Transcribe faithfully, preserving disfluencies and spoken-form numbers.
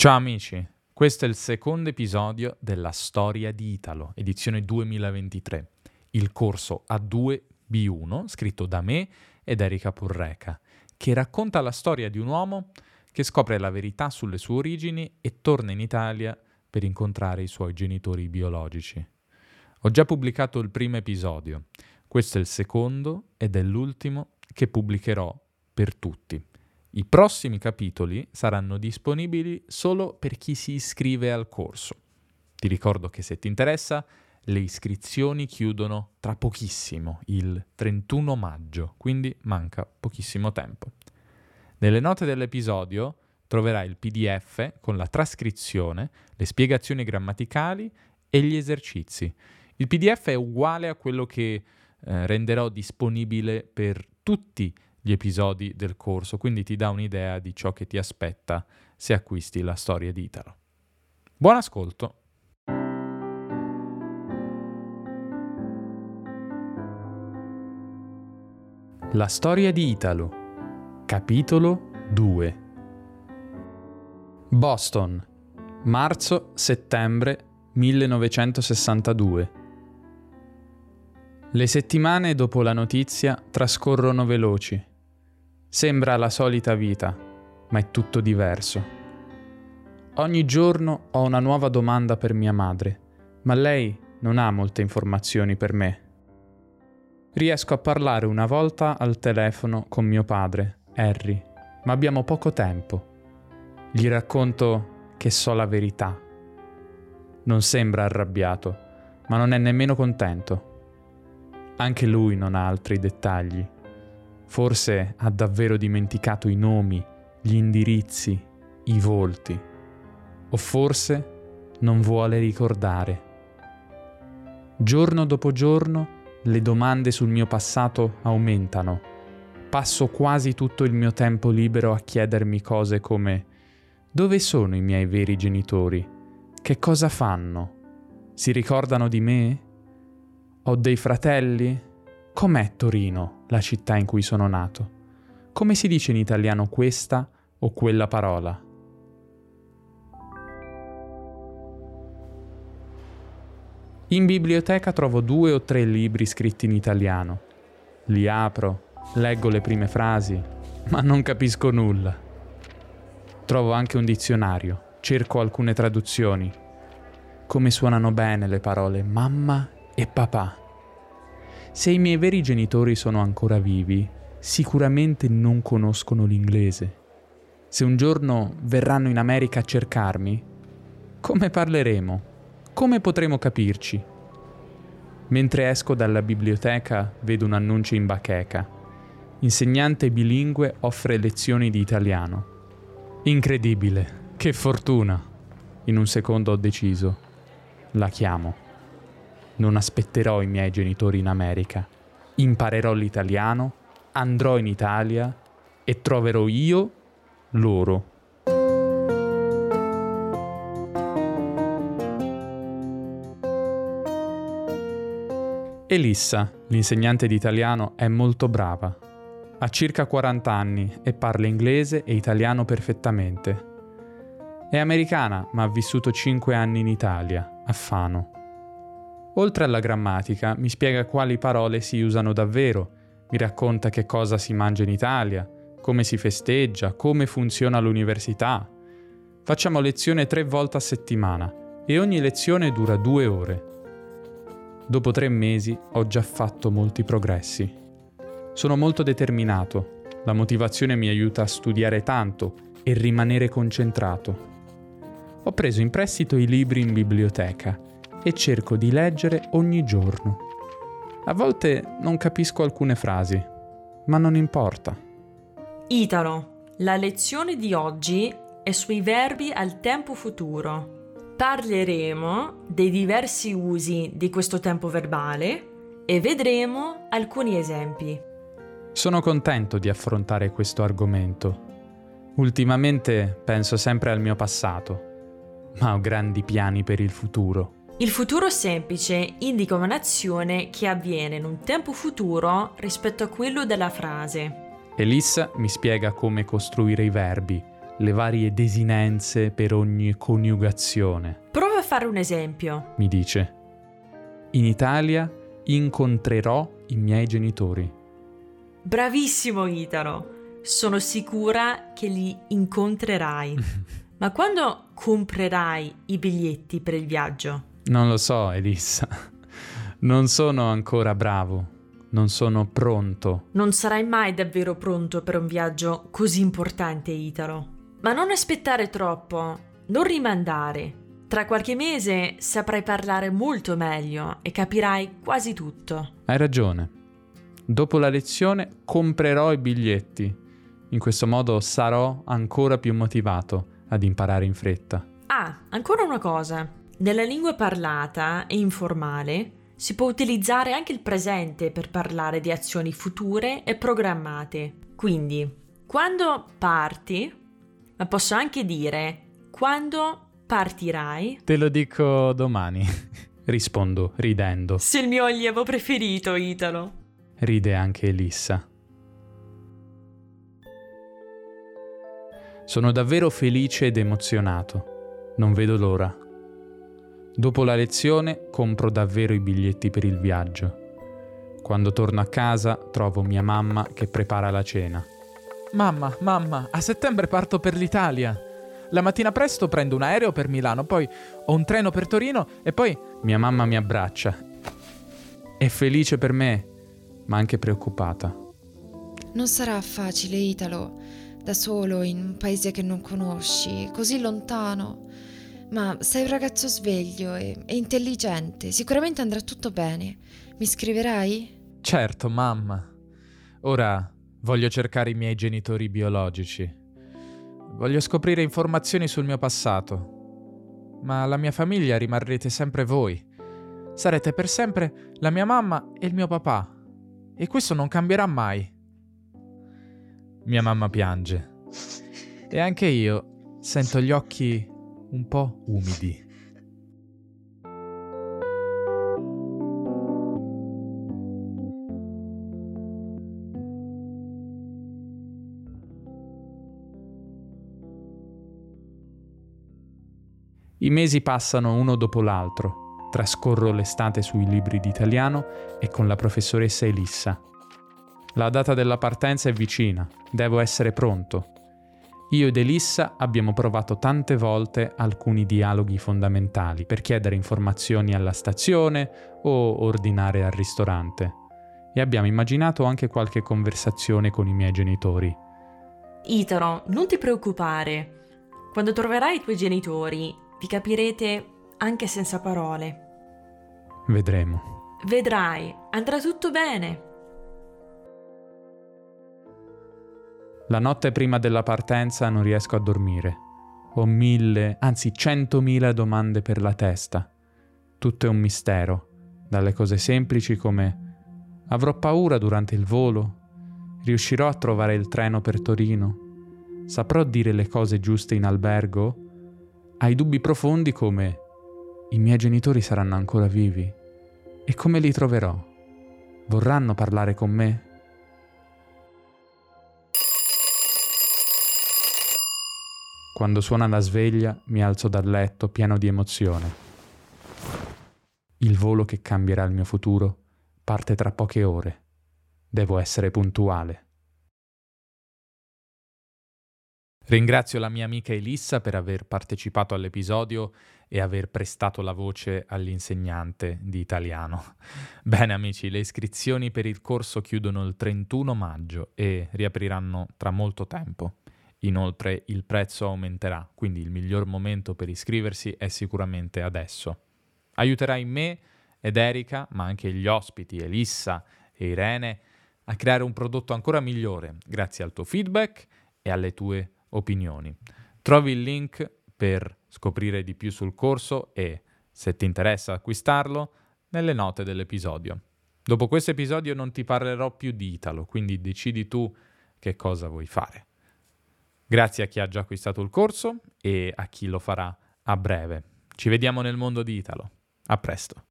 Ciao amici, questo è il secondo episodio della Storia di Italo, edizione duemilaventitré, il corso A due B uno scritto da me ed Erika Purreca, che racconta la storia di un uomo che scopre la verità sulle sue origini e torna in Italia per incontrare i suoi genitori biologici. Ho già pubblicato il primo episodio, questo è il secondo ed è l'ultimo che pubblicherò per tutti. I prossimi capitoli saranno disponibili solo per chi si iscrive al corso. Ti ricordo che se ti interessa, le iscrizioni chiudono tra pochissimo, il trentuno maggio, quindi manca pochissimo tempo. Nelle note dell'episodio troverai il P D F con la trascrizione, le spiegazioni grammaticali e gli esercizi. Il P D F è uguale a quello che eh, renderò disponibile per tutti gli episodi del corso, quindi ti dà un'idea di ciò che ti aspetta se acquisti la storia di Italo. Buon ascolto! La storia di Italo, capitolo due. Boston, marzo-settembre millenovecentosessantadue. Le settimane dopo la notizia trascorrono veloci. Sembra la solita vita, ma è tutto diverso. Ogni giorno ho una nuova domanda per mia madre, ma lei non ha molte informazioni per me. Riesco a parlare una volta al telefono con mio padre, Harry, ma abbiamo poco tempo. Gli racconto che so la verità. Non sembra arrabbiato, ma non è nemmeno contento. Anche lui non ha altri dettagli. Forse ha davvero dimenticato i nomi, gli indirizzi, i volti. O forse non vuole ricordare. Giorno dopo giorno le domande sul mio passato aumentano. Passo quasi tutto il mio tempo libero a chiedermi cose come: dove sono i miei veri genitori? Che cosa fanno? Si ricordano di me? Ho dei fratelli? Com'è Torino, la città in cui sono nato? Come si dice in italiano questa o quella parola? In biblioteca trovo due o tre libri scritti in italiano. Li apro, leggo le prime frasi, ma non capisco nulla. Trovo anche un dizionario, cerco alcune traduzioni. Come suonano bene le parole mamma e papà. Se i miei veri genitori sono ancora vivi, sicuramente non conoscono l'inglese. Se un giorno verranno in America a cercarmi, come parleremo? Come potremo capirci? Mentre esco dalla biblioteca, vedo un annuncio in bacheca. Insegnante bilingue offre lezioni di italiano. Incredibile, che fortuna! In un secondo ho deciso. La chiamo. Non aspetterò i miei genitori in America. Imparerò l'italiano, andrò in Italia e troverò io loro. Elissa, l'insegnante di italiano, è molto brava. Ha circa quaranta anni e parla inglese e italiano perfettamente. È americana, ma ha vissuto cinque anni in Italia, a Fano. Oltre alla grammatica, mi spiega quali parole si usano davvero, mi racconta che cosa si mangia in Italia, come si festeggia, come funziona l'università. Facciamo lezione tre volte a settimana e ogni lezione dura due ore. Dopo tre mesi ho già fatto molti progressi. Sono molto determinato, la motivazione mi aiuta a studiare tanto e rimanere concentrato. Ho preso in prestito i libri in biblioteca e cerco di leggere ogni giorno. A volte non capisco alcune frasi, ma non importa. Italo, la lezione di oggi è sui verbi al tempo futuro. Parleremo dei diversi usi di questo tempo verbale e vedremo alcuni esempi. Sono contento di affrontare questo argomento. Ultimamente penso sempre al mio passato, ma ho grandi piani per il futuro. Il futuro semplice indica un'azione che avviene in un tempo futuro rispetto a quello della frase. Elissa mi spiega come costruire i verbi, le varie desinenze per ogni coniugazione. Prova a fare un esempio. Mi dice: in Italia incontrerò i miei genitori. Bravissimo Italo, sono sicura che li incontrerai. Ma quando comprerai i biglietti per il viaggio? Non lo so, Elissa. Non sono ancora bravo. Non sono pronto. Non sarai mai davvero pronto per un viaggio così importante, Italo. Ma non aspettare troppo, non rimandare. Tra qualche mese saprai parlare molto meglio e capirai quasi tutto. Hai ragione. Dopo la lezione comprerò i biglietti. In questo modo sarò ancora più motivato ad imparare in fretta. Ah, ancora una cosa. Nella lingua parlata e informale si può utilizzare anche il presente per parlare di azioni future e programmate. Quindi, quando parti, ma posso anche dire quando partirai? Te lo dico domani, rispondo ridendo. Sei il mio allievo preferito, Italo. Ride anche Elissa. Sono davvero felice ed emozionato. Non vedo l'ora. Dopo la lezione compro davvero i biglietti per il viaggio. Quando torno a casa trovo mia mamma che prepara la cena. Mamma, mamma, a settembre parto per l'Italia. La mattina presto prendo un aereo per Milano, poi ho un treno per Torino e poi... Mia mamma mi abbraccia. È felice per me, ma anche preoccupata. Non sarà facile, Italo, da solo in un paese che non conosci, così lontano. Ma sei un ragazzo sveglio e, e intelligente, sicuramente andrà tutto bene. Mi scriverai? Certo, mamma. Ora voglio cercare i miei genitori biologici. Voglio scoprire informazioni sul mio passato. Ma la mia famiglia rimarrete sempre voi. Sarete per sempre la mia mamma e il mio papà. E questo non cambierà mai. Mia mamma piange. E anche io sento gli occhi un po' umidi. I mesi passano uno dopo l'altro. Trascorro l'estate sui libri di italiano e con la professoressa Elissa. La data della partenza è vicina, devo essere pronto. Io ed Elissa abbiamo provato tante volte alcuni dialoghi fondamentali per chiedere informazioni alla stazione o ordinare al ristorante. E abbiamo immaginato anche qualche conversazione con i miei genitori. Italo, non ti preoccupare. Quando troverai i tuoi genitori, vi capirete anche senza parole. Vedremo. Vedrai, andrà tutto bene. La notte prima della partenza non riesco a dormire. Ho mille, anzi centomila domande per la testa. Tutto è un mistero, dalle cose semplici come: avrò paura durante il volo? Riuscirò a trovare il treno per Torino? Saprò dire le cose giuste in albergo? Ai dubbi profondi come: i miei genitori saranno ancora vivi? E come li troverò? Vorranno parlare con me? Quando suona la sveglia, mi alzo dal letto pieno di emozione. Il volo che cambierà il mio futuro parte tra poche ore. Devo essere puntuale. Ringrazio la mia amica Elissa per aver partecipato all'episodio e aver prestato la voce all'insegnante di italiano. Bene amici, le iscrizioni per il corso chiudono il trentuno maggio e riapriranno tra molto tempo. Inoltre il prezzo aumenterà, quindi il miglior momento per iscriversi è sicuramente adesso. Aiuterai me ed Erika, ma anche gli ospiti Elissa e Irene, a creare un prodotto ancora migliore grazie al tuo feedback e alle tue opinioni. Trovi il link per scoprire di più sul corso e, se ti interessa acquistarlo, nelle note dell'episodio. Dopo questo episodio non ti parlerò più di Italo, quindi decidi tu che cosa vuoi fare. Grazie a chi ha già acquistato il corso e a chi lo farà a breve. Ci vediamo nel mondo di Italo. A presto.